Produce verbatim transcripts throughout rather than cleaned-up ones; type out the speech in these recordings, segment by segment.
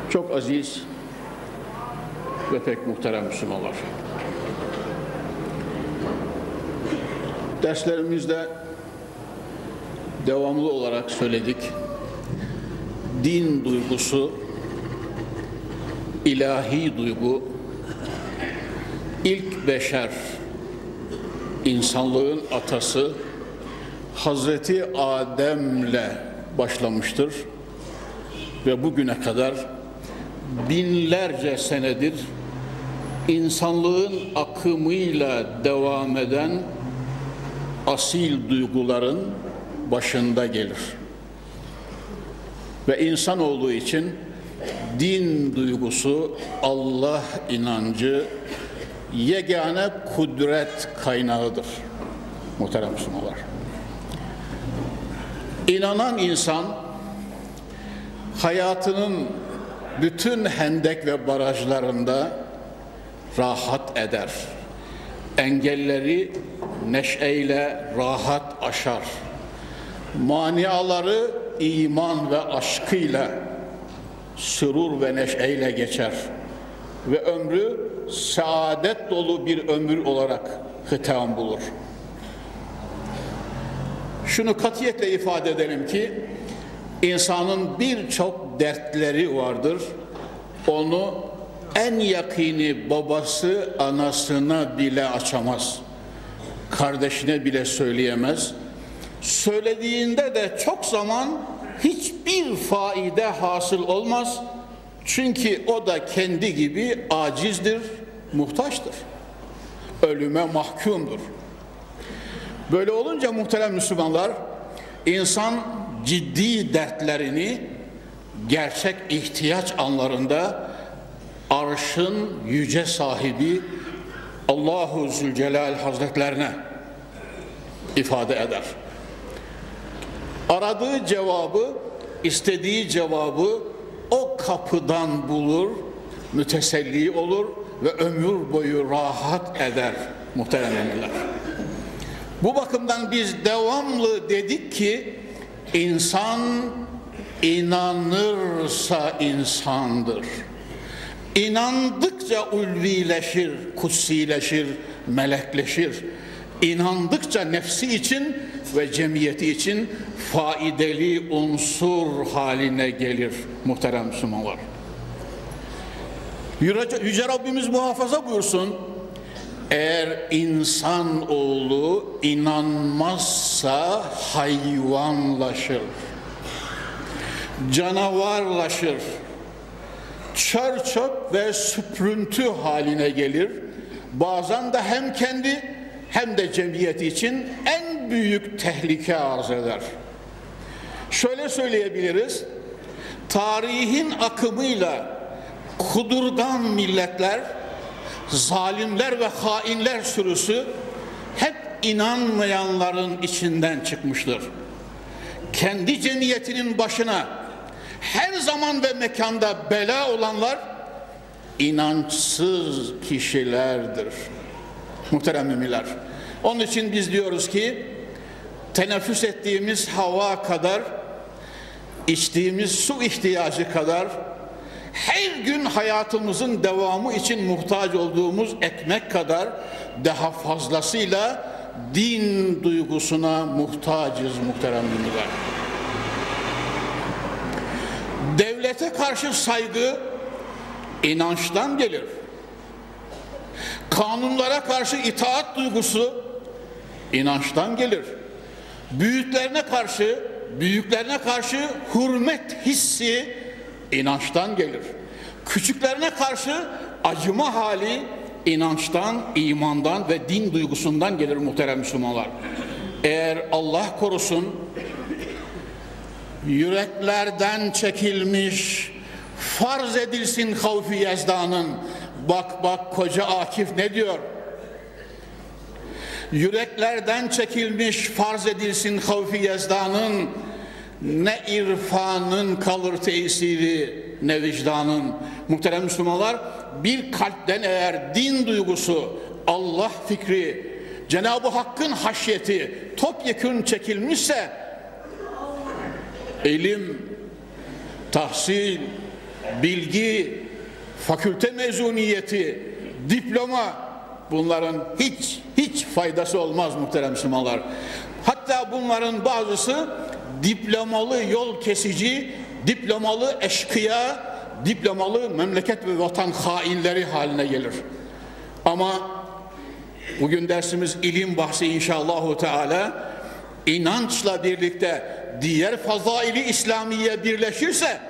Çok aziz ve pek muhterem Müslümanlar. Derslerimizde devamlı olarak söyledik. Din duygusu, ilahi duygu, ilk beşer, insanlığın atası Hazreti Adem'le başlamıştır ve bugüne kadar binlerce senedir insanlığın akımıyla devam eden asil duyguların başında gelir. Ve insanoğlu için din duygusu, Allah inancı yegane kudret kaynağıdır muhterem Müslümanlar. İnanan insan hayatının bütün hendek ve barajlarında rahat eder. Engelleri neşeyle rahat aşar. Maniaları iman ve aşkıyla, sürur ve neşeyle geçer. Ve ömrü saadet dolu bir ömür olarak hitam bulur. Şunu katiyetle ifade edelim ki, insanın birçok dertleri vardır. Onu en yakini babası, anasına bile açamaz. Kardeşine bile söyleyemez. Söylediğinde de çok zaman hiçbir faide hasıl olmaz. Çünkü o da kendi gibi acizdir, muhtaçtır. Ölüme mahkumdur. Böyle olunca muhterem Müslümanlar, insan ciddi dertlerini gerçek ihtiyaç anlarında arşın yüce sahibi Allahu Zülcelal Hazretlerine ifade eder. Aradığı cevabı, istediği cevabı o kapıdan bulur, müteselli olur ve ömür boyu rahat eder muhterem emirler. Bu bakımdan biz devamlı dedik ki insan inanırsa insandır. İnandıkça ulvileşir, kutsileşir, melekleşir. İnandıkça nefsi için ve cemiyeti için faydalı unsur haline gelir muhterem Müslümanlar. Yüce Rabbimiz muhafaza buyursun. Eğer insanoğlu inanmazsa hayvanlaşır, canavarlaşır, çör çöp ve süprüntü haline gelir. Bazen de hem kendi hem de cemiyeti için en büyük tehlike arz eder. Şöyle söyleyebiliriz, tarihin akımıyla kudurgan milletler, zalimler ve hainler sürüsü hep inanmayanların içinden çıkmıştır. Kendi cemiyetinin başına her zaman ve mekanda bela olanlar inançsız kişilerdir. Muhterem müminler. Onun için biz diyoruz ki teneffüs ettiğimiz hava kadar, içtiğimiz su ihtiyacı kadar, her gün hayatımızın devamı için muhtaç olduğumuz ekmek kadar daha fazlasıyla din duygusuna muhtacız muhterem müminler. Devlete karşı saygı inançtan gelir. Kanunlara karşı itaat duygusu inançtan gelir. Büyüklerine karşı, büyüklerine karşı hürmet hissi inançtan gelir. Küçüklerine karşı acıma hali inançtan, imandan ve din duygusundan gelir muhterem Müslümanlar. Eğer Allah korusun yüreklerden çekilmiş, farz edilsin havfi yezdanın. Bak bak koca Akif ne diyor? Yüreklerden çekilmiş, farz edilsin havfi yezdanın. Ne irfanın kalır tesiri, ne vicdanın. Muhterem Müslümanlar, bir kalpten eğer din duygusu, Allah fikri, Cenab-ı Hakk'ın haşyeti topyekün çekilmişse, ilim, tahsil, bilgi, fakülte mezuniyeti, diploma, bunların hiç hiç faydası olmaz muhterem Müslümanlar. Hatta bunların bazısı diplomalı yol kesici, diplomalı eşkıya, diplomalı memleket ve vatan hainleri haline gelir. Ama bugün dersimiz ilim bahsi inşallahu teala. İnançla birlikte diğer fazaili İslamiye birleşirse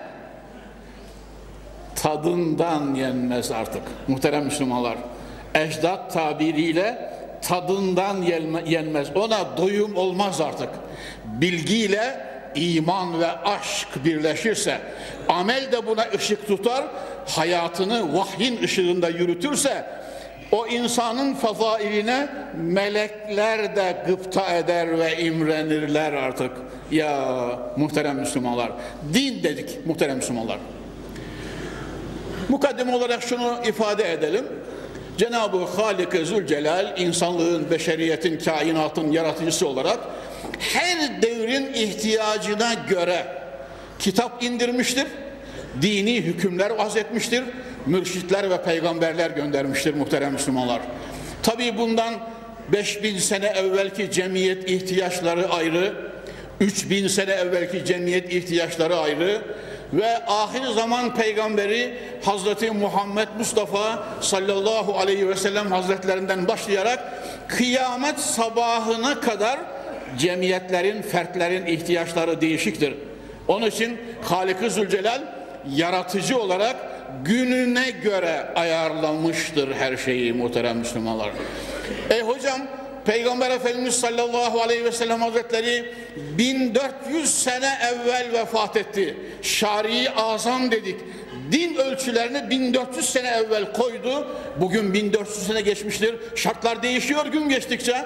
tadından yenmez artık muhterem Müslümanlar. Ecdat tabiriyle tadından yenmez. Ona doyum olmaz artık. Bilgiyle iman ve aşk birleşirse, amel de buna ışık tutar, hayatını vahyin ışığında yürütürse, o insanın fazailine melekler de gıpta eder ve imrenirler artık. Ya muhterem Müslümanlar, din dedik muhterem Müslümanlar. Mukaddim olarak şunu ifade edelim. Cenab-ı Halik-i Zülcelal, insanlığın, beşeriyetin, kainatın yaratıcısı olarak her devrin ihtiyacına göre kitap indirmiştir, dini hükümler vazetmiştir, mürşitler ve peygamberler göndermiştir muhterem Müslümanlar. Tabii bundan beş bin sene evvelki cemiyet ihtiyaçları ayrı, üç bin sene evvelki cemiyet ihtiyaçları ayrı ve ahir zaman peygamberi Hazreti Muhammed Mustafa sallallahu aleyhi ve sellem hazretlerinden başlayarak kıyamet sabahına kadar cemiyetlerin, fertlerin ihtiyaçları değişiktir. Onun için Halik-i Zülcelal yaratıcı olarak gününe göre ayarlamıştır her şeyi muhterem Müslümanlar. E hocam, Peygamber Efendimiz sallallahu aleyhi ve sellem hazretleri bin dört yüz sene evvel vefat etti. Şari azam dedik. Din ölçülerini bin dört yüz sene evvel koydu. Bugün bin dört yüz sene geçmiştir. Şartlar değişiyor gün geçtikçe.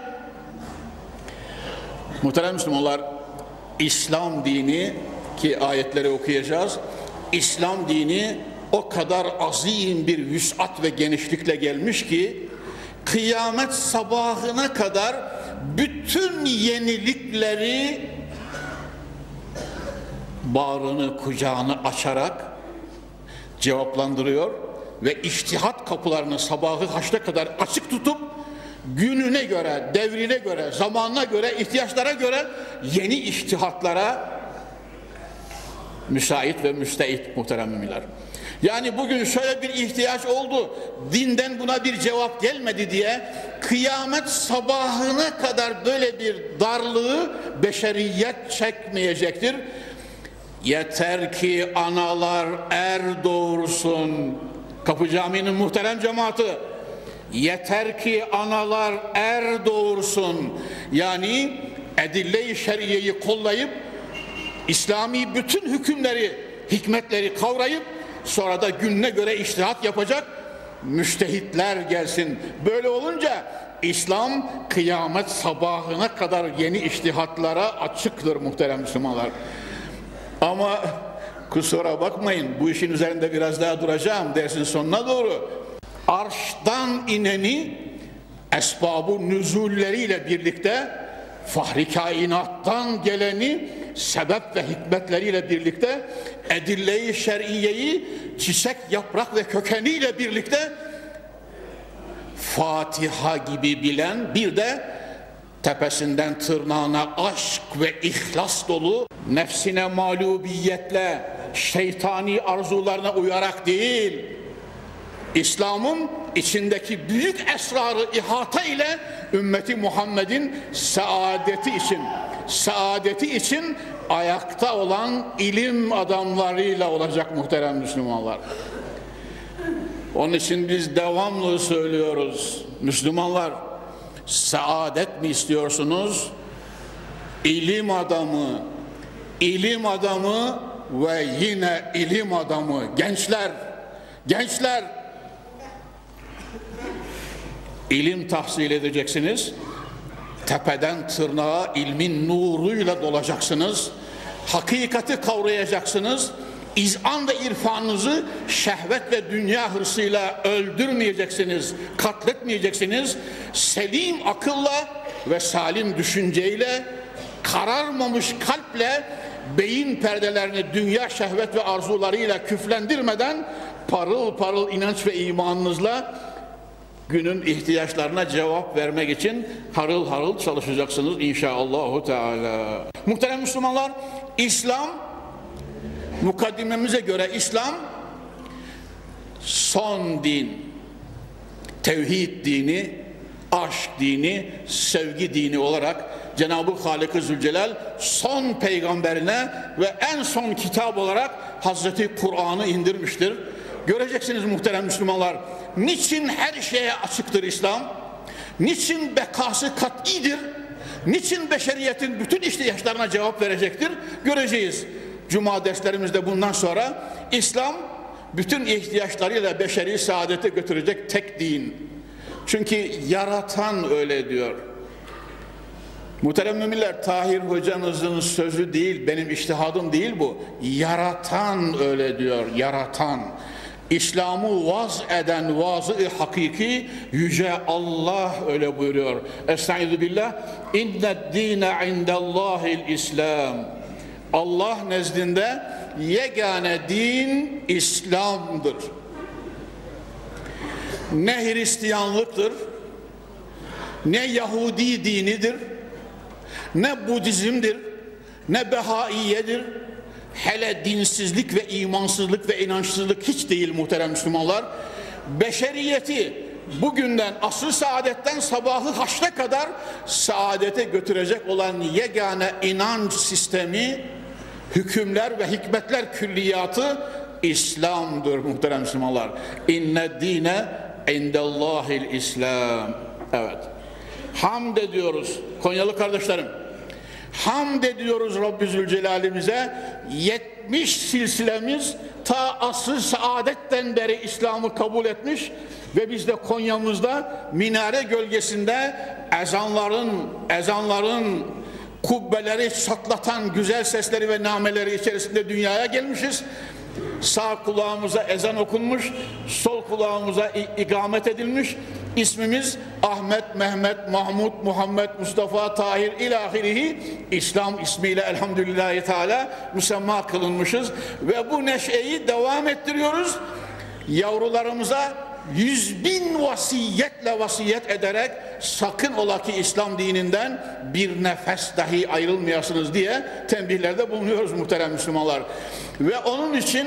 Muhterem Müslümanlar, İslam dini, ki ayetleri okuyacağız, İslam dini o kadar azim bir vüsat ve genişlikle gelmiş ki kıyamet sabahına kadar bütün yenilikleri bağrını, kucağını açarak cevaplandırıyor ve içtihat kapılarını sabahı haşta kadar açık tutup gününe göre, devrine göre, zamanına göre, ihtiyaçlara göre yeni içtihatlara müsait ve müsteit muhterem müminler. Yani bugün şöyle bir ihtiyaç oldu, dinden buna bir cevap gelmedi diye kıyamet sabahına kadar böyle bir darlığı beşeriyet çekmeyecektir. Yeter ki analar er doğursun. Kapı Camii'nin muhterem cemaati, yeter ki analar er doğursun. Yani edille-i şeriyeyi kollayıp İslami bütün hükümleri, hikmetleri kavrayıp sonra da gününe göre içtihat yapacak müştehitler gelsin. Böyle olunca İslam kıyamet sabahına kadar yeni içtihatlara açıktır muhterem Müslümanlar. Ama kusura bakmayın, bu işin üzerinde biraz daha duracağım dersin sonuna doğru. Arştan ineni esbab-ı nüzulleriyle birlikte, fahri kainattan geleni sebep ve hikmetleriyle birlikte, edille-i şer'iyeyi çiçek, yaprak ve kökeniyle birlikte Fatiha gibi bilen, bir de tepesinden tırnağına aşk ve ihlas dolu, nefsine mağlubiyetle, şeytani arzularına uyarak değil, İslam'ın içindeki büyük esrarı ihata ile ümmeti Muhammed'in saadeti için, saadeti için ayakta olan ilim adamlarıyla olacak muhterem Müslümanlar. Onun için biz devamlı söylüyoruz, Müslümanlar, saadet mi istiyorsunuz? İlim adamı, ilim adamı ve yine ilim adamı. Gençler, gençler, ilim tahsil edeceksiniz. Tepeden tırnağa ilmin nuruyla dolacaksınız. Hakikati kavrayacaksınız. İzan ve irfanınızı şehvet ve dünya hırsıyla öldürmeyeceksiniz, katletmeyeceksiniz. Selim akılla ve salim düşünceyle, kararmamış kalple beyin perdelerini dünya şehvet ve arzularıyla küflendirmeden parıl parıl inanç ve imanınızla günün ihtiyaçlarına cevap vermek için harıl harıl çalışacaksınız inşallahü teala. Muhterem Müslümanlar, İslam, mukaddimemize göre İslam son din, tevhid dini, aşk dini, sevgi dini olarak Cenab-ı Halik-i Zülcelal son peygamberine ve en son kitap olarak Hazreti Kur'an'ı indirmiştir. Göreceksiniz muhterem Müslümanlar, niçin her şeye açıktır İslam, niçin bekası kat'idir, niçin beşeriyetin bütün ihtiyaçlarına cevap verecektir, göreceğiz. Cuma derslerimizde bundan sonra İslam bütün ihtiyaçlarıyla beşeri saadete götürecek tek din. Çünkü yaratan öyle diyor. Muhterem müminler, Tahir hocanızın sözü değil, benim içtihadım değil bu. Yaratan öyle diyor, yaratan. İslam'ı vaz eden vazı-ı hakiki yüce Allah öyle buyuruyor. Estaizu billah. İnned dîne indellâhil İslam. Allah nezdinde yegane din İslam'dır. Ne Hristiyanlıktır, ne Yahudi dinidir, ne Budizm'dir, ne Behaiyedir, hele dinsizlik ve imansızlık ve inançsızlık hiç değil muhterem Müslümanlar. Beşeriyeti bugünden, asr-ı saadetten sabahı haşre kadar saadete götürecek olan yegane inanç sistemi, hükümler ve hikmetler külliyatı İslam'dır muhterem Müslümanlar. İnned dîne indellâhil İslam. Evet. Hamd ediyoruz Konyalı kardeşlerim. Hamd ediyoruz Rabbi Zülcelal'imize. yetmiş silsilemiz ta asr-ı saadetten beri İslam'ı kabul etmiş ve biz de Konya'mızda minare gölgesinde ezanların ezanların kubbeleri çatlatan güzel sesleri ve nameleri içerisinde dünyaya gelmişiz. Sağ kulağımıza ezan okunmuş, sol kulağımıza ikamet edilmiş. İsmimiz Ahmet, Mehmet, Mahmud, Muhammed, Mustafa, Tahir ilahirihi İslam ismiyle elhamdülillahi teala müsemma kılınmışız. Ve bu neşeyi devam ettiriyoruz. Yavrularımıza yüz bin vasiyetle vasiyet ederek sakın ola ki İslam dininden bir nefes dahi ayrılmayasınız diye tembihlerde bulunuyoruz muhterem Müslümanlar. Ve onun için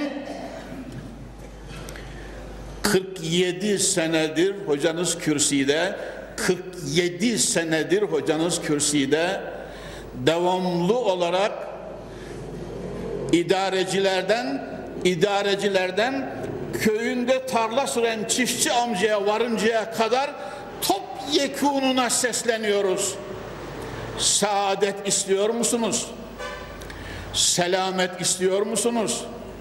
kırk yedi senedir hocanız kürsüde, kırk yedi senedir hocanız kürsüde devamlı olarak idarecilerden idarecilerden köyünde tarla süren çiftçi amcaya varıncaya kadar topyekununa sesleniyoruz. Saadet istiyor musunuz? Selamet istiyor musunuz?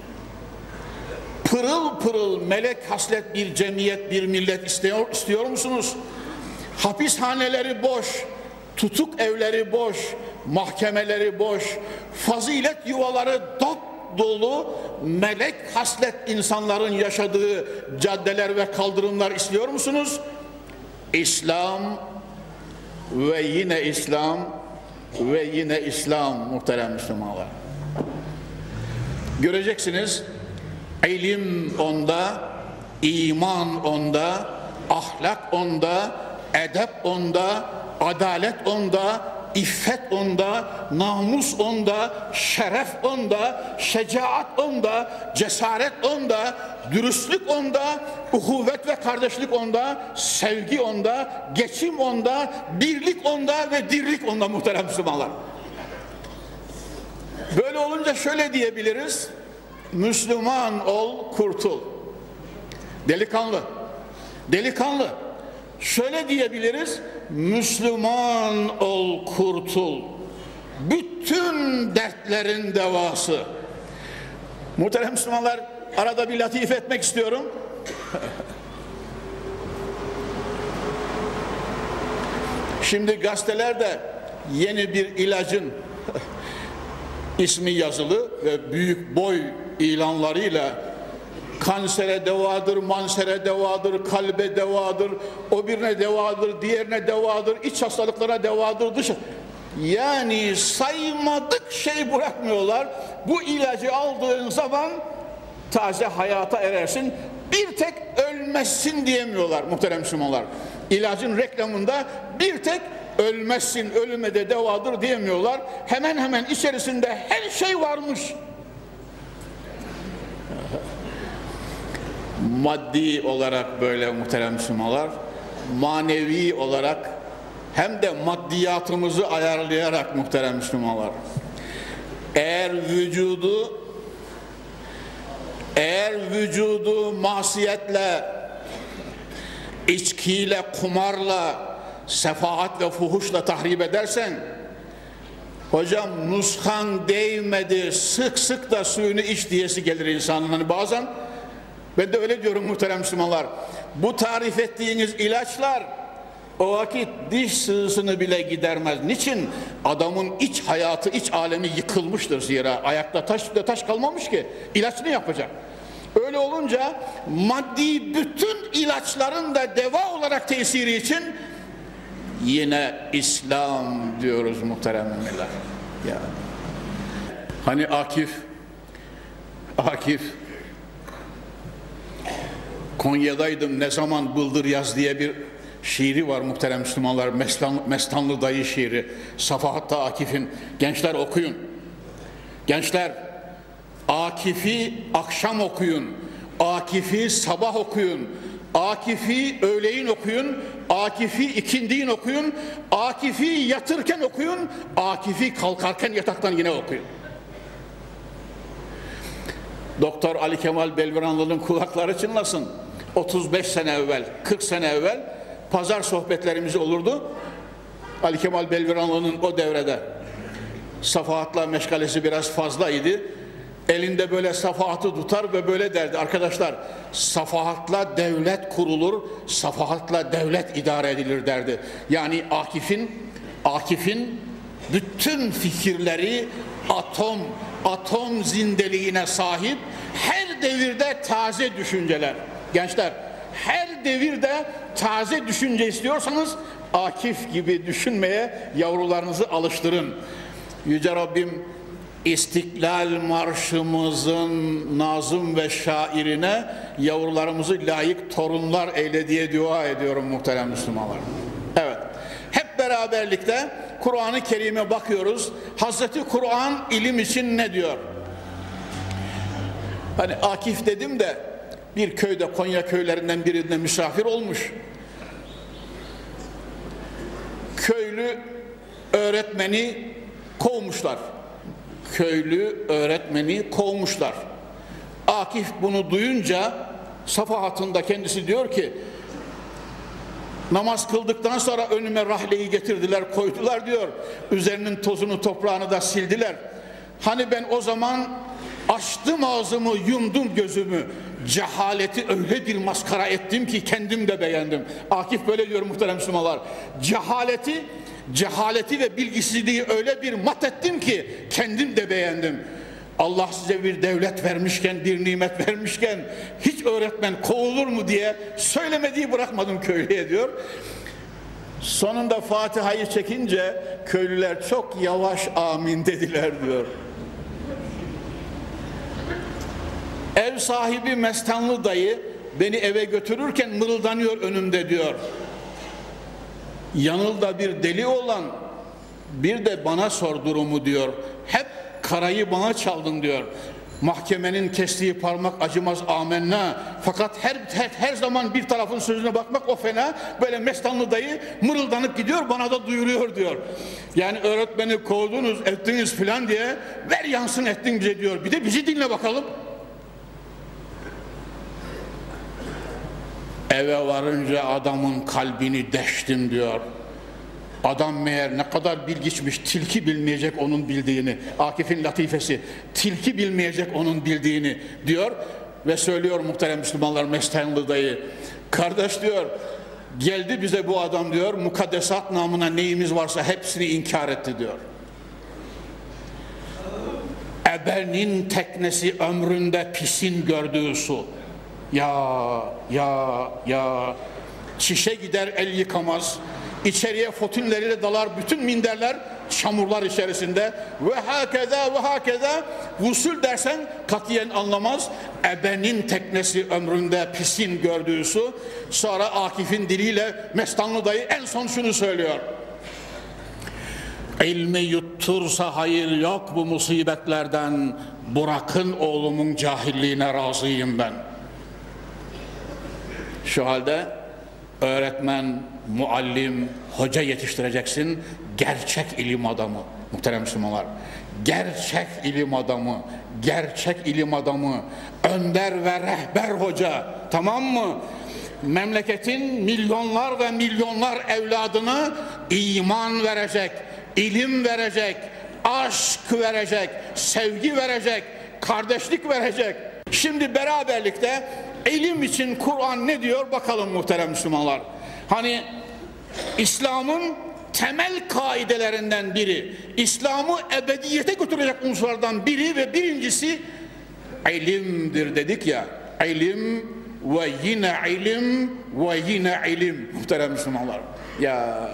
Pırıl pırıl melek haslet bir cemiyet, bir millet istiyor, istiyor musunuz? Hapishaneleri boş, tutuk evleri boş, mahkemeleri boş, fazilet yuvaları dop dolu melek haslet insanların yaşadığı caddeler ve kaldırımlar istiyor musunuz? İslam ve yine İslam ve yine İslam muhterem Müslümanlar. Göreceksiniz, ilim onda, iman onda, ahlak onda, edep onda, adalet onda, İffet onda, namus onda, şeref onda, şecaat onda, cesaret onda, dürüstlük onda, uhuvvet ve kardeşlik onda, sevgi onda, geçim onda, birlik onda ve dirlik onda muhterem Müslümanlar. Böyle olunca şöyle diyebiliriz: Müslüman ol, kurtul. Delikanlı, delikanlı. Şöyle diyebiliriz: Müslüman ol, kurtul. Bütün dertlerin devası. Muhterem Müslümanlar, arada bir latife etmek istiyorum. Şimdi gazetelerde yeni bir ilacın ismi yazılı ve büyük boy ilanlarıyla kansere devadır, mansere devadır, kalbe devadır, o birine devadır, diğerine devadır, iç hastalıklara devadır, dış. Yani saymadık şey bırakmıyorlar. Bu ilacı aldığın zaman taze hayata erersin. Bir tek ölmezsin diyemiyorlar muhterem Müslümanlar. İlacın reklamında bir tek ölmezsin, ölüme de devadır diyemiyorlar. Hemen hemen içerisinde her şey varmış. Maddi olarak böyle muhterem Müslümanlar, manevi olarak hem de maddiyatımızı ayarlayarak muhterem Müslümanlar. Eğer vücudu eğer vücudu masiyetle, içkiyle, kumarla, sefahat ve fuhuşla tahrip edersen, hocam nuskan değmedi, sık sık da suyunu iç diyesi gelir insanın. Hani bazen ben de öyle diyorum muhterem Müslümanlar. Bu tarif ettiğiniz ilaçlar o vakit diş sığısını bile gidermez. Niçin? Adamın iç hayatı, iç alemi yıkılmıştır zira. Ayakta taş, taş kalmamış ki. İlaç ne yapacak? Öyle olunca maddi bütün ilaçların da deva olarak tesiri için yine İslam diyoruz muhterem müminler. Ya. Hani Akif Akif Konya'daydım ne zaman bıldır yaz diye bir şiiri var muhterem Müslümanlar. Mestan, Mestanlı dayı şiiri. Safahatta Akif'in. Gençler okuyun. Gençler Akif'i akşam okuyun. Akif'i sabah okuyun. Akif'i öğleyin okuyun. Akif'i ikindiğin okuyun. Akif'i yatırken okuyun. Akif'i kalkarken yataktan yine okuyun. Doktor Ali Kemal Belviranlı'nın kulakları çınlasın. otuz beş sene evvel, kırk sene evvel pazar sohbetlerimiz olurdu. Ali Kemal Belviranlı'nın o devrede safahatla meşgalesi biraz fazlaydı. Elinde böyle safahatı tutar ve böyle derdi: arkadaşlar, safahatla devlet kurulur, safahatla devlet idare edilir derdi. Yani Akif'in Akif'in bütün fikirleri atom atom zindeliğine sahip, her devirde taze düşünceler. Gençler, her devirde taze düşünce istiyorsanız Akif gibi düşünmeye yavrularınızı alıştırın. Yüce Rabbim İstiklal Marşımızın nazım ve şairine yavrularımızı layık torunlar eyle diye dua ediyorum muhterem Müslümanlar. Evet, hep beraberlikte Kur'an-ı Kerim'e bakıyoruz. Hazreti Kur'an ilim için ne diyor? Hani Akif dedim de bir köyde, Konya köylerinden birinde misafir olmuş. Köylü öğretmeni kovmuşlar. Köylü öğretmeni kovmuşlar. Akif bunu duyunca safahatında kendisi diyor ki, namaz kıldıktan sonra önüme rahleyi getirdiler, koydular diyor. Üzerinin tozunu, toprağını da sildiler. Hani ben o zaman açtım ağzımı, yumdum gözümü. Cehaleti öyle bir maskara ettim ki kendim de beğendim. Akif böyle diyor muhterem Müslümanlar. Cehaleti, cehaleti ve bilgisizliği öyle bir mat ettim ki kendim de beğendim. Allah size bir devlet vermişken, bir nimet vermişken hiç öğretmen kovulur mu diye söylemediği bırakmadım köylüye diyor. Sonunda Fatiha'yı çekince köylüler çok yavaş amin dediler diyor. Ev sahibi Mestanlı dayı beni eve götürürken mırıldanıyor önümde diyor. Yanılda bir deli olan bir de bana sor durumu diyor. Hep karayı bana çaldın diyor. Mahkemenin kestiği parmak acımaz amenna. Fakat her, her, her zaman bir tarafın sözüne bakmak o fena. Böyle Mestanlı dayı mırıldanıp gidiyor, bana da duyuruyor diyor. Yani öğretmeni kovdunuz, ettiniz filan diye ver yansın ettin bize diyor. Bir de bizi dinle bakalım. Eve varınca adamın kalbini deştim diyor. Adam meğer ne kadar bilgiçmiş, tilki bilmeyecek onun bildiğini. Akif'in latifesi, tilki bilmeyecek onun bildiğini diyor ve söylüyor muhterem Müslümanlar Mestanlı dayı. Kardeş diyor, geldi bize bu adam diyor, mukaddesat namına neyimiz varsa hepsini inkar etti diyor. Ebenin teknesi ömründe pisin gördüğü su. Ya ya ya çişe gider el yıkamaz, içeriye fotinleriyle dalar bütün minderler, çamurlar içerisinde ve hakeza ve hakeza. Vusul dersen katiyen anlamaz. Ebenin teknesi ömründe pisin gördüğü su. Sonra Akif'in diliyle Mestanlı dayı en son şunu söylüyor. İlmi yuttursa hayır yok bu musibetlerden, bırakın oğlumun cahilliğine razıyım ben. Şu halde öğretmen, muallim, hoca yetiştireceksin, gerçek ilim adamı muhterem Müslümanlar. Gerçek ilim adamı, gerçek ilim adamı, önder ve rehber hoca, tamam mı? Memleketin milyonlar ve milyonlar evladına iman verecek, ilim verecek, aşk verecek, sevgi verecek, kardeşlik verecek. Şimdi beraberlikte ilim için Kur'an ne diyor bakalım muhterem Müslümanlar. Hani İslam'ın temel kaidelerinden biri, İslam'ı ebediyete götürecek unsurlardan biri ve birincisi ilimdir dedik ya. İlim ve yine ilim ve yine ilim muhterem Müslümanlar. Ya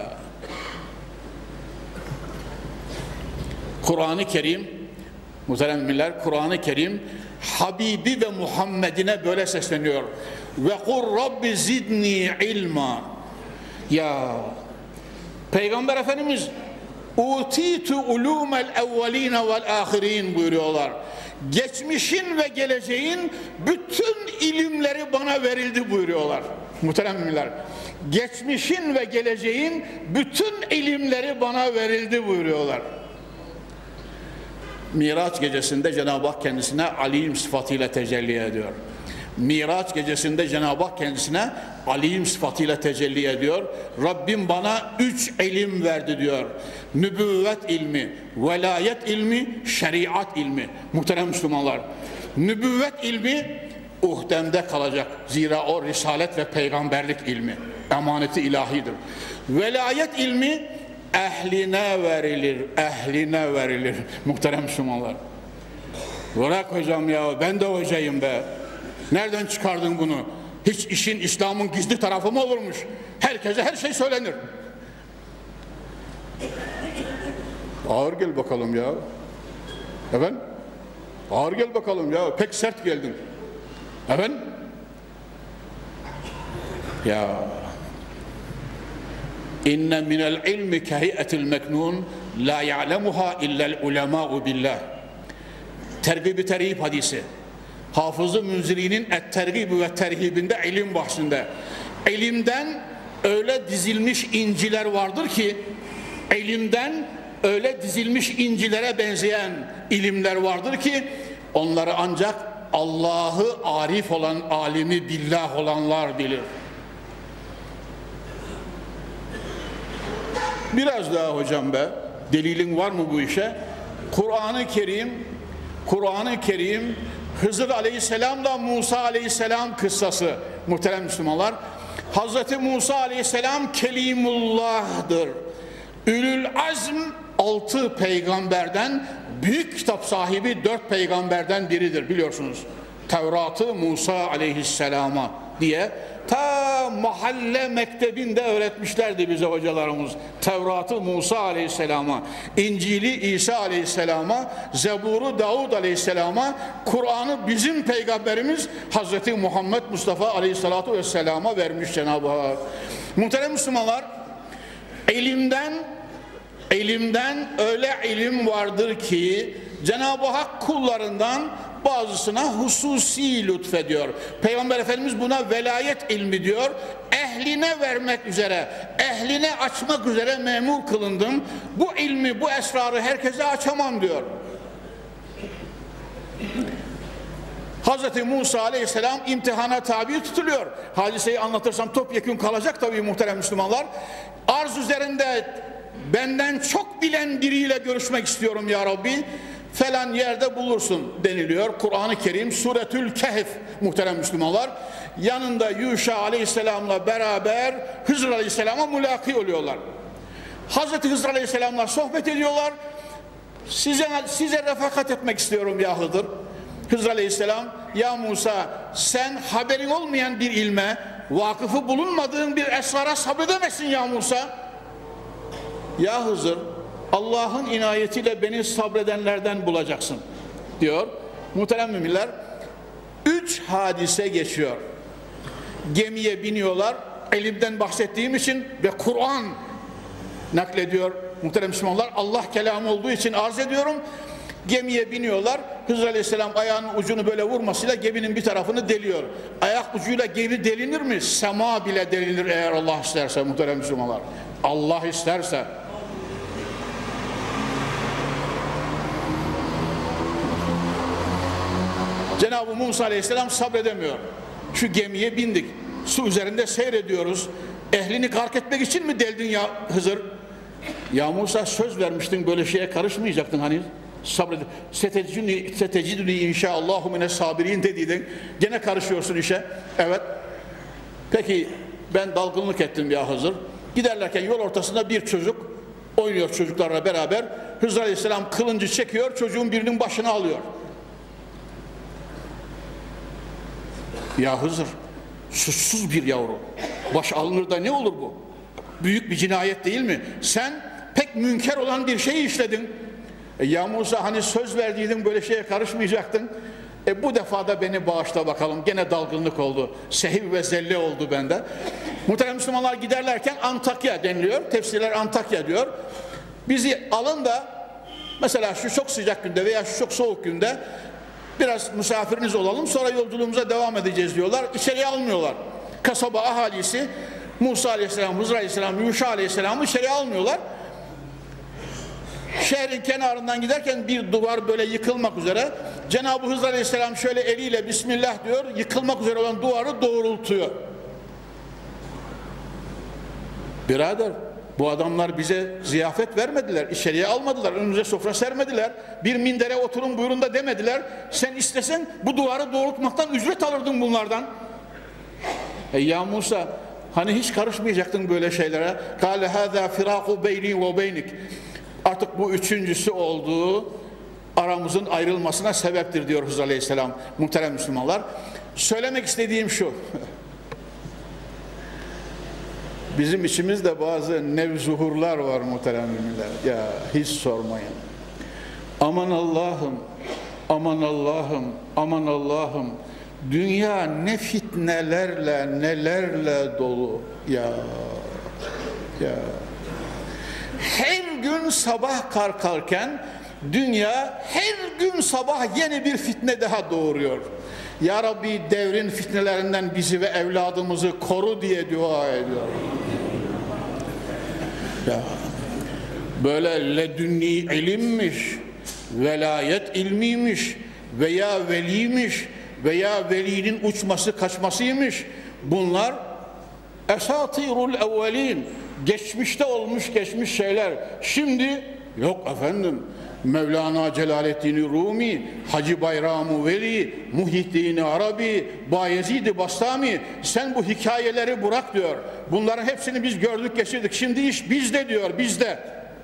Kur'an-ı Kerim, muhterem müminler, Kur'an-ı Kerim Habibi ve Muhammed'ine böyle sesleniyor. Ve kur Rabbi zidni ilma. Ya Peygamber Efendimiz utitu ulumel evveline vel ahirin buyuruyorlar. Geçmişin ve geleceğin bütün ilimleri bana verildi buyuruyorlar. Muhterem müminler. Geçmişin ve geleceğin bütün ilimleri bana verildi buyuruyorlar. Miraç gecesinde Cenab-ı Hak kendisine alim sıfatıyla tecelli ediyor. Miraç gecesinde Cenab-ı Hak kendisine alim sıfatıyla tecelli ediyor. Rabbim bana üç ilim verdi diyor. Nübüvvet ilmi, velayet ilmi, şeriat ilmi. Muhterem Müslümanlar, nübüvvet ilmi uhdemde kalacak. Zira o risalet ve peygamberlik ilmi. Emaneti ilahidir. Velayet ilmi ehline verilir, ehline verilir. Muhterem Müslümanlar. Bırak hocam ya, ben de hocayım be. Nereden çıkardın bunu? Hiç işin İslam'ın gizli tarafı mı olurmuş? Herkese her şey söylenir. Ağır gel bakalım ya. Efendim? Ağır gel bakalım ya. Pek sert geldin. Efendim? Ya İnne minel ilmi kehiyetil meknun la ya'lemuha illel ulema'u billah. Tergib-i terhib hadisi. Hafız-ı Münziri'nin et-tergib ve terhibinde ilim bahsinde. İlimden öyle dizilmiş inciler vardır ki, ilimden öyle dizilmiş incilere benzeyen ilimler vardır ki, onları ancak Allah'ı arif olan, alimi billah olanlar bilir. Biraz daha hocam be, delilin var mı bu işe? Kur'an-ı Kerim, Kur'an-ı Kerim, Hızır Aleyhisselam'la Musa Aleyhisselam kıssası muhterem Müslümanlar. Hazreti Musa Aleyhisselam Kelimullah'dır. Ülül Azm altı peygamberden, büyük kitap sahibi dört peygamberden biridir biliyorsunuz. Tevrat'ı Musa Aleyhisselam'a diye ta mahalle mektebinde öğretmişlerdi bize hocalarımız. Tevrat'ı Musa Aleyhisselam'a, İncil'i İsa Aleyhisselam'a, Zebur'u Davud Aleyhisselam'a, Kur'an'ı bizim peygamberimiz Hazreti Muhammed Mustafa Aleyhisselatu Vesselam'a vermiş Cenab-ı Hak. Muhterem Müslümanlar, ilimden ilimden öyle ilim vardır ki Cenab-ı Hak kullarından bazısına hususi lütfediyor. Peygamber Efendimiz buna velayet ilmi diyor. Ehline vermek üzere, ehline açmak üzere memur kılındım. Bu ilmi, bu esrarı herkese açamam diyor. Hazreti Musa Aleyhisselam imtihana tabi tutuluyor. Hadiseyi anlatırsam topyekun kalacak tabii muhterem Müslümanlar. Arz üzerinde benden çok bilen biriyle görüşmek istiyorum ya Rabbi. Falan yerde bulursun deniliyor. Kur'an-ı Kerim Suretül Kehf muhterem Müslümanlar. Yanında Yuşa Aleyhisselam'la beraber Hızır Aleyhisselam'a mülaki oluyorlar. Hazreti Hızır Aleyhisselam'la sohbet ediyorlar. Size, size refakat etmek istiyorum ya Hızır. Hızır Aleyhisselam, ya Musa sen haberin olmayan bir ilme, vakıfı bulunmadığın bir esrara sabredemezsin ya Musa. Ya Hızır, Allah'ın inayetiyle beni sabredenlerden bulacaksın diyor. Muhterem müminler, üç hadise geçiyor. Gemiye biniyorlar, elimden bahsettiğim için ve Kur'an naklediyor muhterem Müslümanlar. Allah kelamı olduğu için arz ediyorum. Gemiye biniyorlar. Hızır Aleyhisselam ayağının ucunu böyle vurmasıyla geminin bir tarafını deliyor. Ayak ucuyla gemi delinir mi? Sema bile delinir eğer Allah isterse muhterem Müslümanlar. Allah isterse. Cenab-ı Musa Aleyhisselam sabredemiyor. Şu gemiye bindik. Su üzerinde seyrediyoruz. Ehlini gark etmek için mi deldin ya Hızır? Ya Musa, söz vermiştin, böyle şeye karışmayacaktın hani. Sabredin. Seteciduni inşaallahu mine sabirin dediydin. Gene karışıyorsun işe. Evet. Peki ben dalgınlık ettim ya Hızır. Giderlerken yol ortasında bir çocuk oynuyor çocuklarla beraber. Hızır Aleyhisselam kılıncı çekiyor, çocuğun birinin başını alıyor. Ya Hızır, suçsuz bir yavru. Baş alınır da ne olur bu? Büyük bir cinayet değil mi? Sen pek münker olan bir şey işledin. E ya Musa, hani söz verdiydin, böyle şeye karışmayacaktın. E bu defa da beni bağışla bakalım. Gene dalgınlık oldu. Sehiv ve zelle oldu bende. Muhterem Müslümanlar, giderlerken Antakya deniliyor. Tefsirler Antakya diyor. Bizi alın da mesela şu çok sıcak günde veya şu çok soğuk günde biraz misafiriniz olalım, sonra yolculuğumuza devam edeceğiz diyorlar. İçeriye almıyorlar. Kasaba ahalisi Musa Aleyhisselam, Hızır Aleyhisselam, Yuşa Aleyhisselam'ı içeriye almıyorlar. Şehrin kenarından giderken bir duvar böyle yıkılmak üzere. Cenab-ı Hızır Aleyhisselam şöyle eliyle Bismillah diyor, yıkılmak üzere olan duvarı doğrultuyor. Birader, bu adamlar bize ziyafet vermediler, içeriye almadılar, önümüze sofra sermediler, bir mindere oturun buyurun da demediler. Sen istesen bu duvarı doğrultmaktan ücret alırdın bunlardan. E ya Musa, hani hiç karışmayacaktın böyle şeylere. Kâle hâzâ firâku beyni ve beynik. Artık bu üçüncüsü olduğu aramızın ayrılmasına sebeptir diyor Hızır Aleyhisselam. Muhterem Müslümanlar, söylemek istediğim şu. Bizim içimizde bazı nevzuhurlar var muhterem müminler. Ya hiç sormayın. Aman Allah'ım, aman Allah'ım, aman Allah'ım. Dünya ne fitnelerle, nelerle dolu. Ya, ya. Her gün sabah kalkarken dünya her gün sabah yeni bir fitne daha doğuruyor. Ya Rabbi, devrin fitnelerinden bizi ve evladımızı koru diye dua ediyor. Ya, böyle ledünni ilimmiş, velayet ilmiymiş veya veliymiş veya velinin uçması kaçmasıymış. Bunlar esatirul evvelin, geçmişte olmuş geçmiş şeyler. Şimdi yok efendim. Mevlana Celaleddin Rumi, Hacı Bayram-ı Veli, Muhyiddin Arabi, Bayezid-i Bastami, sen bu hikayeleri bırak diyor. Bunların hepsini biz gördük, geçirdik. Şimdi iş bizde diyor, bizde.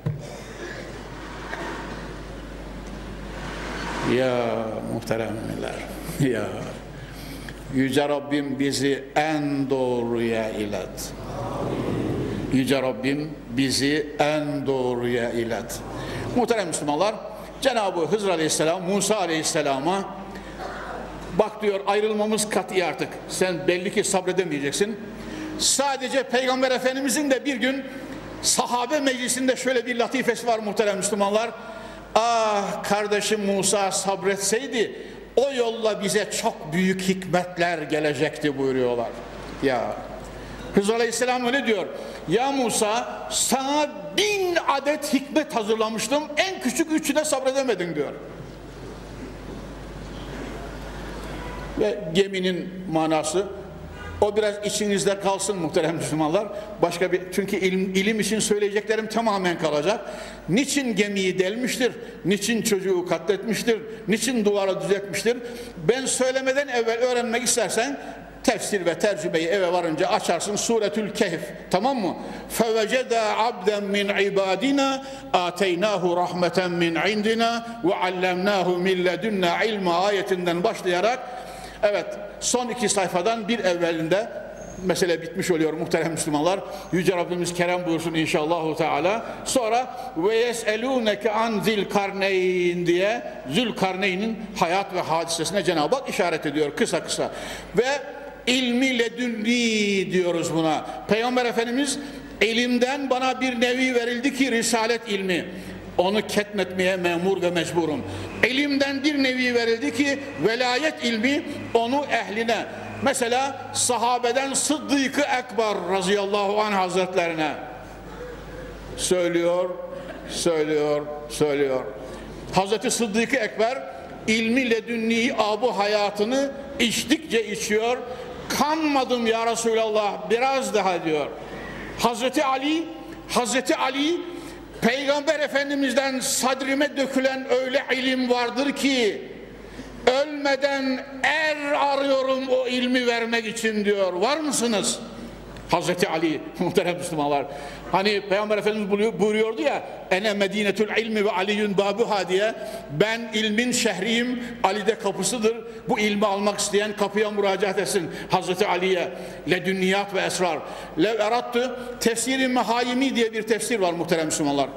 Ya muhteremler, ya Yüce Rabbim bizi en doğruya ilet. Yüce Rabbim bizi en doğruya ilet. Muhterem Müslümanlar, Cenab-ı Hızır Aleyhisselam Musa Aleyhisselam'a bak diyor, ayrılmamız kat'i artık. Sen belli ki sabredemeyeceksin. Sadece Peygamber Efendimizin de bir gün sahabe meclisinde şöyle bir latifesi var muhterem Müslümanlar. Ah kardeşim Musa sabretseydi o yolla bize çok büyük hikmetler gelecekti buyuruyorlar. Ya Hızır Aleyhisselam öyle diyor. Ya Musa, sana bin adet hikmet hazırlamıştım, en küçük üçüne sabredemedin diyor. Ve geminin manası, o biraz içinizde kalsın muhterem Müslümanlar. Başka bir, çünkü ilim, ilim için söyleyeceklerim tamamen kalacak. Niçin gemiyi delmiştir? Niçin çocuğu katletmiştir? Niçin duvara düzeltmiştir? Ben söylemeden evvel öğrenmek istersen tefsir ve tercümeyi eve varınca açarsın, Suretül Kehf, tamam mı? فَوَجَدَا عَبْدًا مِنْ عِبَادِنَا آتَيْنَاهُ رَحْمَةً مِنْ عِنْدِنَا وَعَلَّمْنَاهُ مِنْ لَدُنَّا عِلْمَ ayetinden başlayarak, evet, son iki sayfadan bir evvelinde mesele bitmiş oluyor muhterem Müslümanlar. Yüce Rabbimiz kerem buyursun inşallahu teala. Sonra ve yeselûneke an Zilkarneyn diye Zülkarneyn'in hayat ve hadisesine Cenab-ı Hak işaret ediyor kısa kısa. Ve ilmi ledünni diyoruz buna. Peygamber Efendimiz elimden bana bir nevi verildi ki risalet ilmi. Onu ketmetmeye memur ve mecburum. Elimden bir nevi verildi ki velayet ilmi, onu ehline. Mesela sahabeden Sıddık-ı Ekber radıyallahu anh hazretlerine söylüyor, söylüyor, söylüyor. Hazreti Sıddık-ı Ekber ilmi ledünni abu hayatını içtikçe içiyor. Kanmadım ya Resulallah, biraz daha diyor. Hazreti Ali, Hazreti Ali Peygamber Efendimiz'den sadrime dökülen öyle ilim vardır ki ölmeden er arıyorum o ilmi vermek için diyor. Var mısınız? Hazreti Ali, muhterem Müslümanlar. Hani Peygamber Efendimiz buyuruyordu ya, ene medinetül ilmi ve aliyyun babuha diye, ben ilmin şehriyim, Ali de kapısıdır. Bu ilmi almak isteyen kapıya müracaat etsin Hazreti Ali'ye. Ledünniyat ve esrar. Lev erattu tefsiri mehayimi diye bir tefsir var muhterem Müslümanlar.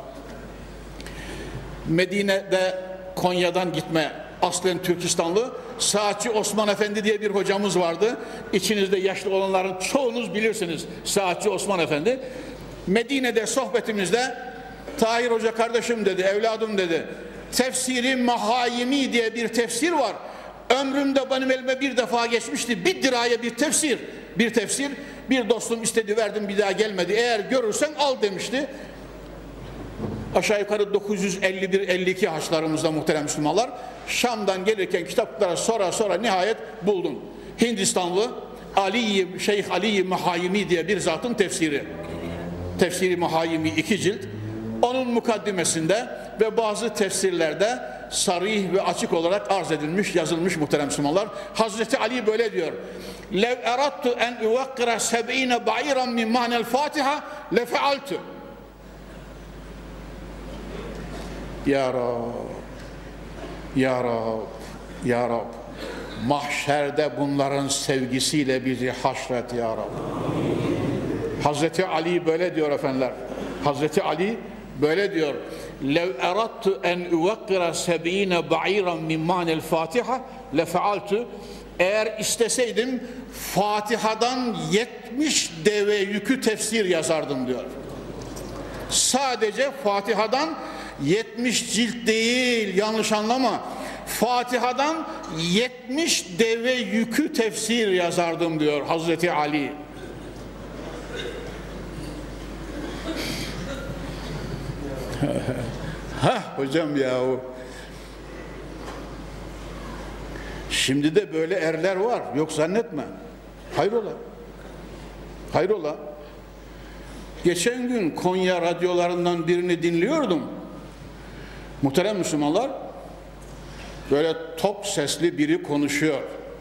Medine'de Konya'dan gitme, aslen Türkistanlı Saatçi Osman Efendi diye bir hocamız vardı. İçinizde yaşlı olanların çoğunuz bilirsiniz Saatçi Osman Efendi. Medine'de sohbetimizde Tahir Hoca kardeşim dedi, evladım dedi, tefsiri Mahayimi diye bir tefsir var. Ömrümde benim elime bir defa geçmişti. Bir diraya bir tefsir, bir tefsir. Bir dostum istedi, verdim, bir daha gelmedi. Eğer görürsen al demişti. Aşağı yukarı dokuz yüz elli bir elli iki haçlarımızda muhterem Müslümanlar, Şam'dan gelirken kitaplara sonra sonra nihayet buldum. Hindistanlı Ali, Şeyh Ali Mahayimi diye bir zatın tefsiri. Tefsiri Mahayimi iki cilt. Onun mukaddimesinde ve bazı tefsirlerde sarih ve açık olarak arz edilmiş, yazılmış muhterem Müslümanlar. Hazreti Ali böyle diyor. Lev erattu en uvakkira seb'ine ba'iran min ma'nel Fatiha lefealtu. Ya Rab, Ya Rab, Ya Rab, mahşerde bunların sevgisiyle bizi haşret Ya Rab. Hazreti Ali böyle diyor efendiler. Hazreti Ali böyle diyor. Lev erattu en uvakkira seb'ine ba'iran min ma'nel Fatiha lefealtu. Eğer isteseydim Fatiha'dan yetmiş deve yükü tefsir yazardım diyor. Sadece Fatiha'dan yetmiş cilt değil, yanlış anlama. Fatiha'dan yetmiş deve yükü tefsir yazardım diyor Hazreti Ali. Ha hocam yahu. Şimdi de böyle erler var. Yok zannetme. Hayrola. Hayrola. Geçen gün Konya radyolarından birini dinliyordum. Muhterem Müslümanlar, böyle top sesli biri konuşuyor.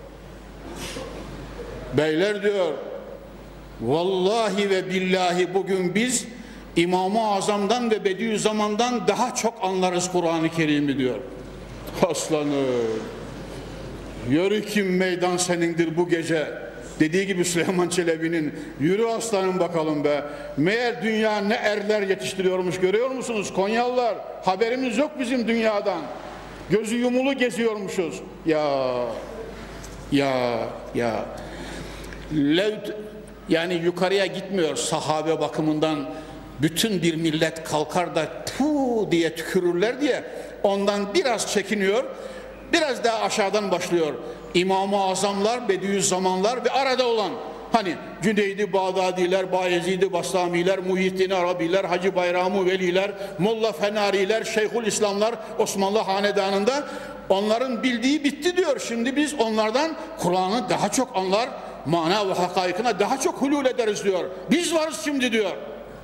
Beyler diyor, vallahi ve billahi bugün biz İmam-ı Azam'dan ve Bediüzzaman'dan daha çok anlarız Kur'an-ı Kerim'i diyor. Aslanım, yürü kim meydan senindir bu gece. Dediği gibi Süleyman Çelebi'nin, yürü aslanım bakalım be. Meğer dünya ne erler yetiştiriyormuş, görüyor musunuz Konyalılar? Haberimiz yok bizim dünyadan. Gözü yumulu geziyormuşuz. Ya, ya, ya. Levd, yani yukarıya gitmiyor sahabe bakımından. Bütün bir millet kalkar da puh diye tükürürler diye ondan biraz çekiniyor. Biraz daha aşağıdan başlıyor. İmam-ı Azamlar, Bediüzzamanlar ve arada olan, hani Cüneydi Bağdadiler, Bayezid-i Bastamiler, Muhyiddin Arabiler, Hacı Bayram-ı Veliler, Molla Fenariler, Şeyhül İslamlar Osmanlı Hanedanı'nda, onların bildiği bitti diyor. Şimdi biz onlardan Kur'an'ı daha çok anlar, mana ve hakaikine daha çok hulul ederiz diyor. Biz varız şimdi diyor.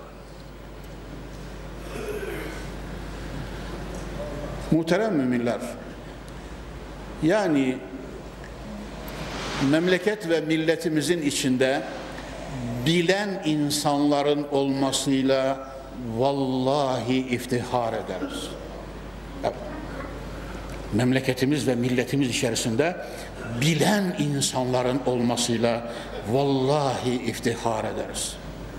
Muhterem müminler, yani memleket ve milletimizin içinde bilen insanların olmasıyla vallahi iftihar ederiz. Evet. memleketimiz ve milletimiz içerisinde bilen insanların olmasıyla vallahi iftihar ederiz.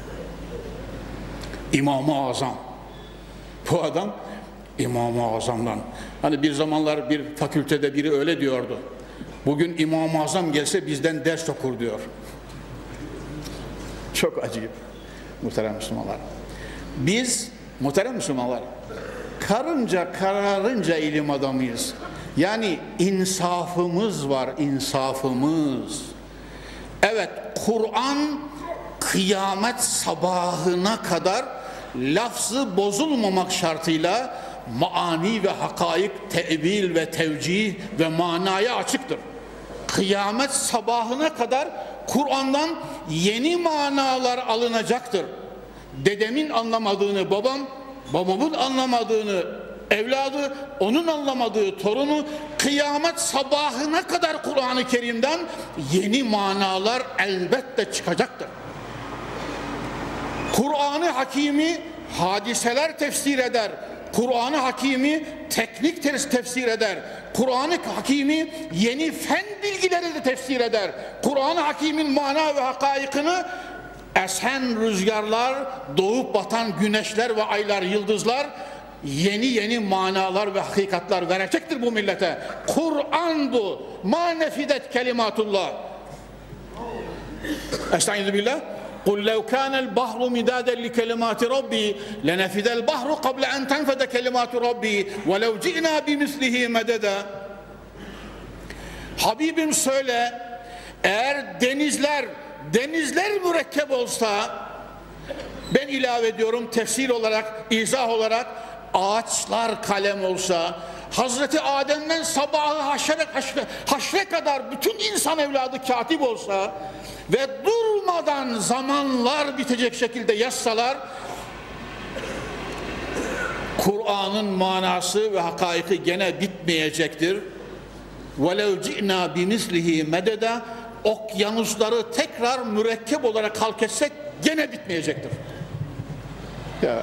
İmam-ı Azam, bu adam İmam-ı Azam'dan, hani bir zamanlar bir fakültede biri öyle diyordu, bugün İmam-ı Azam gelse bizden ders okur diyor. Çok acayip muhterem Müslümanlar. Biz muhterem Müslümanlar karınca kararınca ilim adamıyız. Yani insafımız var, insafımız. Evet, Kur'an kıyamet sabahına kadar lafzı bozulmamak şartıyla maani ve hakaik, tevil ve tevcih ve manaya açıktır. Kıyamet sabahına kadar Kur'an'dan yeni manalar alınacaktır. Dedemin anlamadığını babam, babamın anlamadığını evladı, onun anlamadığı torunu, kıyamet sabahına kadar Kur'an-ı Kerim'den yeni manalar elbette çıkacaktır. Kur'an-ı Hakimi hadiseler tefsir eder. Kur'an-ı Hakimi teknik tefsir eder. Kur'an-ı Hakimi yeni fen bilgileri de tefsir eder. Kur'an-ı Hakim'in mana ve hakaikını esen rüzgarlar, doğup batan güneşler ve aylar, yıldızlar yeni yeni manalar ve hakikatlar verecektir bu millete. Kur'an bu. Ma nefidet kelimatullah. Estaizu billah. قُلْ لَوْ كَانَ الْبَحْرُ مِدَادًا لِكَلِمَاتِ رَبِّي لَنَفِدَ الْبَحْرُ قَبْلَ أَنْ تَنْفَدَ كَلِمَاتُ رَبِّي وَلَوْ جِئْنَا بِمِثْلِهِ مَدَدًا. Habibim söyle, eğer denizler denizler mürekkep olsa, ben ilave ediyorum tefsir olarak, izah olarak, ağaçlar kalem olsa, Hazreti Adem'den sabahı haşre, haşre, haşre kadar bütün insan evladı katip olsa ve durmadan zamanlar bitecek şekilde yazsalar, Kur'an'ın manası ve hakaiki gene bitmeyecektir. وَلَوْ جِئْنَا بِمِثْلِهِ مَدَدًا. Okyanusları tekrar mürekkep olarak halk etsek gene bitmeyecektir. Ya.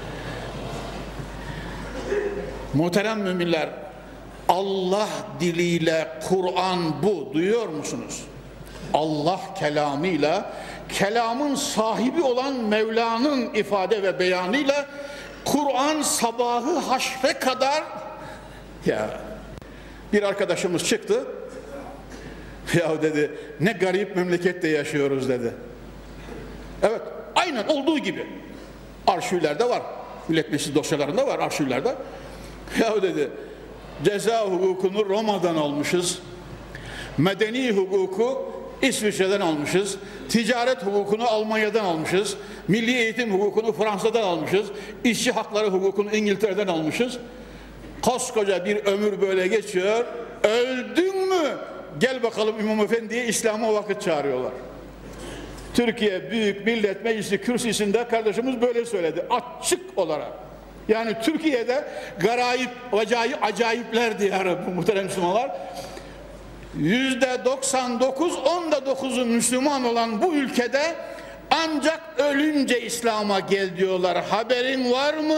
Muhterem müminler, Allah diliyle Kur'an bu, duyuyor musunuz? Allah kelamıyla, kelamın sahibi olan Mevla'nın ifade ve beyanıyla Kur'an sabahı haşre kadar. Ya bir arkadaşımız çıktı, ya dedi, ne garip memlekette yaşıyoruz dedi. Evet, aynen olduğu gibi arşivlerde var, Millet Meclisi dosyalarında var, arşivlerde. Ya dedi, ceza hukukunu Roma'dan almışız, medeni hukuku İsviçre'den almışız, ticaret hukukunu Almanya'dan almışız, milli eğitim hukukunu Fransa'dan almışız, işçi hakları hukukunu İngiltere'den almışız. Koskoca bir ömür böyle geçiyor, öldün mü? Gel bakalım İmam Efendi'ye, İslam'a vakit çağırıyorlar. Türkiye Büyük Millet Meclisi kürsüsünde kardeşimiz böyle söyledi, açık olarak. Yani Türkiye'de garayip, acayip, acayipler diyarı bu muhterem Müslümanlar. Yüzde doksan dokuz, onda dokuzu Müslüman olan bu ülkede ancak ölünce İslam'a gel diyorlar. Haberin var mı?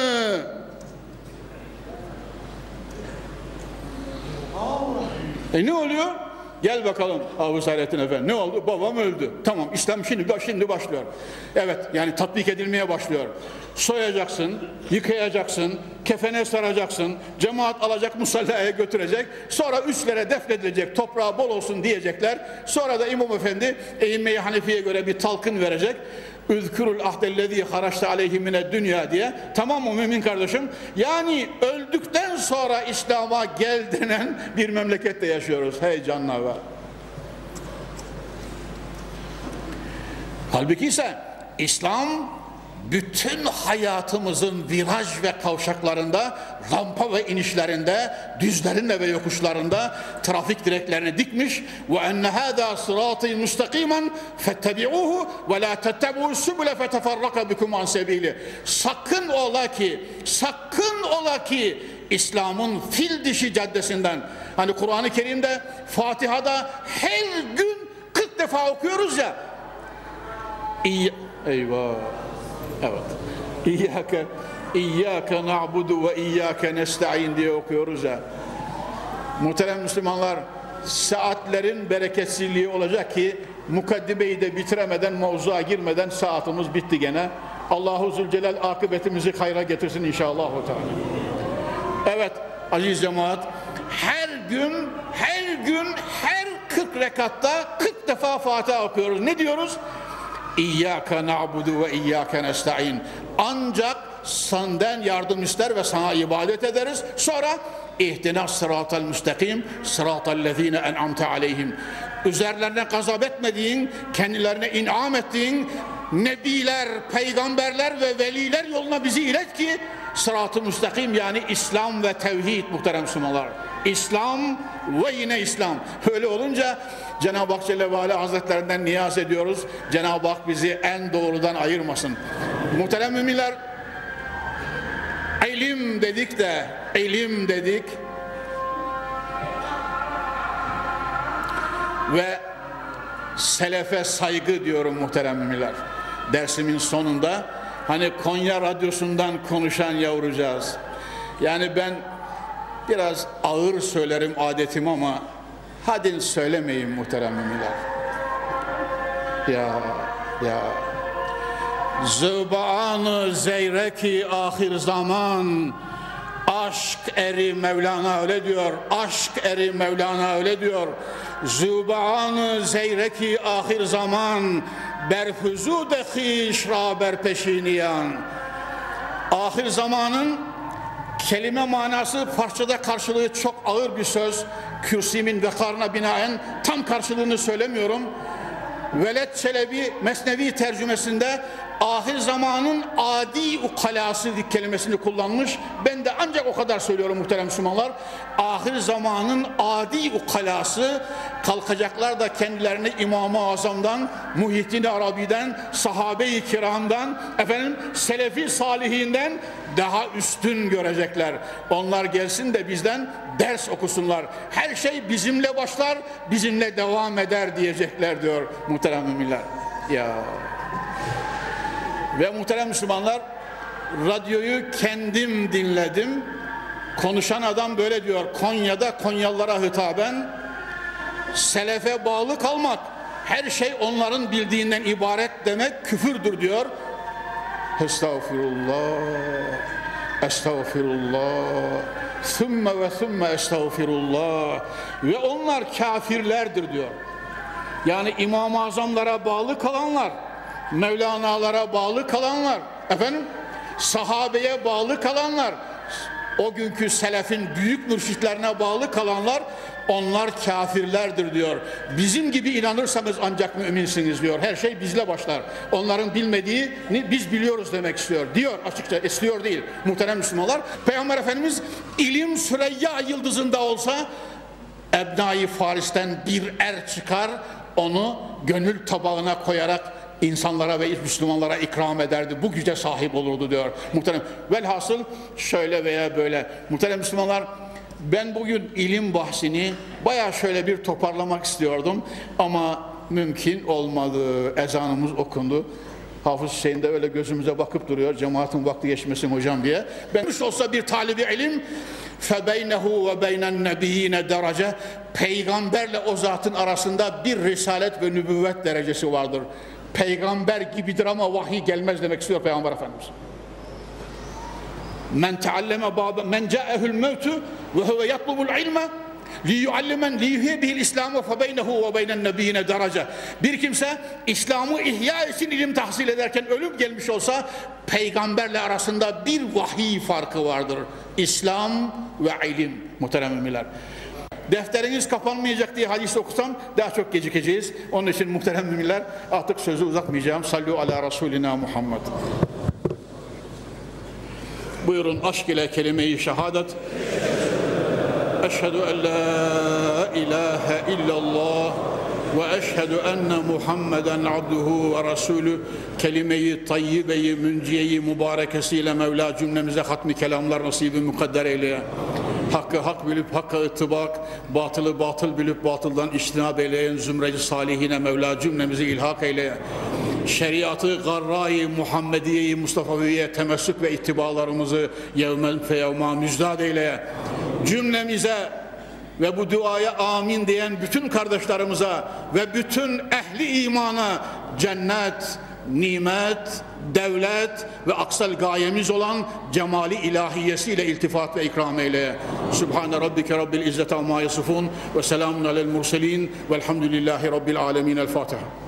E ne oluyor? Gel bakalım Abu Saadettin Efendi. Ne oldu? Babam öldü. Tamam, İslam şimdi, şimdi başlıyor. Evet, yani tatbik edilmeye başlıyor. Soyacaksın, yıkayacaksın, kefene saracaksın, cemaat alacak, musallaya götürecek. Sonra üstlere defnedilecek, toprağı bol olsun diyecekler. Sonra da İmam Efendi Eyyime-i Hanefi'ye göre bir talkın verecek. Üzkürül ahdellezî haraçte aleyhi mined dünya diye. Tamam mı mümin kardeşim? Yani öldükten sonra İslam'a gel denen bir memlekette yaşıyoruz. Hey canlar. Halbuki ise İslam bütün hayatımızın viraj ve kavşaklarında, rampa ve inişlerinde, düzlerinde ve yokuşlarında trafik direklerini dikmiş. Ve enne hâzâ sırâtî müstakîmen fettebi'ûhu ve lâ tettebu'us sübüle feteferraka bikum an sebîli. Sakın ola ki, sakın ola ki İslam'ın fil dişi caddesinden, hani Kur'an-ı Kerim'de, Fatiha'da her gün kırk defa okuyoruz ya. İyi, eyvah. Evet. İyyâke, İyyâke na'budu ve İyyâke nesta'in diye okuyoruz ya. Muhterem Müslümanlar, saatlerin bereketsizliği olacak ki mukaddimeyi de bitiremeden, mevzuya girmeden saatimiz bitti gene. Allahu Zülcelal akıbetimizi hayra getirsin inşallah. Evet aziz cemaat, her gün, her gün, her kırk rekatta kırk defa Fatiha okuyoruz. Ne diyoruz? İyyâke na'budu ve iyyâke nesta'in. Ancak senden yardım ister ve sana ibadet ederiz. Sonra İhdina sıratal müstakim sıratallezine en'amte aleyhim. Üzerlerine gazap etmediğin, kendilerine inam ettiğin nebiler, peygamberler ve veliler yoluna bizi ilet ki sırat-ı müstakim, yani İslam ve tevhid muhterem Müslümanlar. İslam ve yine İslam. Öyle olunca Cenab-ı Hak Celle ve Ala Hazretlerinden niyaz ediyoruz. Cenab-ı Hak bizi en doğrudan ayırmasın. Muhterem müminler, ilim dedik de, ilim dedik ve selefe saygı diyorum muhterem müminler. Dersimin sonunda hani Konya Radyosu'ndan konuşan yavrucağız. Yani ben biraz ağır söylerim adetim ama hadi söylemeyin muhterem müminler. Ya ya Zıba'an-ı zeyreki ahir zaman, aşk eri Mevlana öyle diyor, aşk eri Mevlana öyle diyor. Zıba'an-ı zeyreki ahir zaman, berfuzude hiş ra ber peşiniyan. Ahir zamanın kelime manası, parçada karşılığı çok ağır bir söz. Kürsimin vekarına binaen tam karşılığını söylemiyorum. Veled Çelebi Mesnevi tercümesinde ahir zamanın adi ukalası kelimesini kullanmış. Ben de ancak o kadar söylüyorum muhterem Müslümanlar. Ahir zamanın adi ukalası, kalkacaklar da kendilerini İmam-ı Azam'dan, Muhyiddin Arabi'den, sahabe-i kiramdan, efendim selefi salihinden daha üstün görecekler. Onlar gelsin de bizden ders okusunlar. Her şey bizimle başlar, bizimle devam eder diyecekler diyor muhterem müminler. Ya. Ve muhterem Müslümanlar, radyoyu kendim dinledim. Konuşan adam böyle diyor: Konya'da Konyalılara hitaben selefe bağlı kalmak, her şey onların bildiğinden ibaret demek küfürdür diyor. Estağfirullah, estağfirullah, sümme ve sümme estağfirullah. Ve onlar kafirlerdir diyor. Yani İmam-ı Azamlara bağlı kalanlar, Mevlana'lara bağlı kalanlar, efendim sahabeye bağlı kalanlar, o günkü selefin büyük mürşitlerine bağlı kalanlar, onlar kafirlerdir diyor. Bizim gibi inanırsanız ancak müminsiniz diyor. Her şey bizle başlar. Onların bilmediğini biz biliyoruz demek istiyor. Diyor açıkça, istiyor değil muhterem Müslümanlar. Peygamber Efendimiz ilim Süreyya yıldızında olsa Ebnai Faris'ten bir er çıkar, onu gönül tabağına koyarak insanlara ve Müslümanlara ikram ederdi. Bu güce sahip olurdu diyor muhterem. Velhasıl şöyle veya böyle muhterem Müslümanlar, ben bugün ilim bahsini bayağı şöyle bir toparlamak istiyordum ama mümkün olmadı. Ezanımız okundu. Hafız Hüseyin de öyle gözümüze bakıp duruyor. Cemaatin vakti geçmesin hocam diye. Ben olsa bir talibi ilim فَبَيْنَهُ وَبَيْنَ النَّبِيِّينَ derece, peygamberle o zatın arasında bir risalet ve nübüvvet derecesi vardır. Peygamber gibidir ama vahiy gelmez demek istiyor Peygamber Efendimiz. Men tealleme bâbe men câehul mevtu ve huve yatlubul ilme liyuallimen liyuhibihil İslam'ı fe beynehu ve beynen nebiyyine derece. Bir kimse İslam'ı ihya için ilim tahsil ederken ölüm gelmiş olsa peygamberle arasında bir vahiy farkı vardır. İslam ve ilim muhterem müminler. Defteriniz kapanmayacak diye hadis okusam daha çok gecikeceğiz. Onun için muhterem müminler artık sözü uzatmayacağım. Sallu ala Resulina Muhammed. Buyurun aşk ile kelime-i şehadet. Eşhedü en la ilahe illallah ve eşhedü enne Muhammeden abduhu ve resulü. Kelime-i tayyibe-i münciye-i mübarekesiyle Mevla cümlemize hatmi kelamlar nasibi mukadder eyleye. Hakkı hak bilip hakka ıttibak, batılı batıl bilip batıldan içtinab eyleyen zümreci salihine Mevla cümlemizi ilhak eyleye. Şeriatı garra-i Muhammediye-i Mustafa'ya temessük ve ittibalarımızı yevmen feyevma müjdat eyleye. Cümlemize ve bu duaya amin diyen bütün kardeşlerimize ve bütün ehli imana cennet, nimet, devlet ve aksal gayemiz olan cemali ilahiyesiyle iltifat ve ikram eyle. Sübhane rabbike rabbil izzeti amma yasifun ve selamun alel murselin velhamdülillahi rabbil alemin. El Fatiha.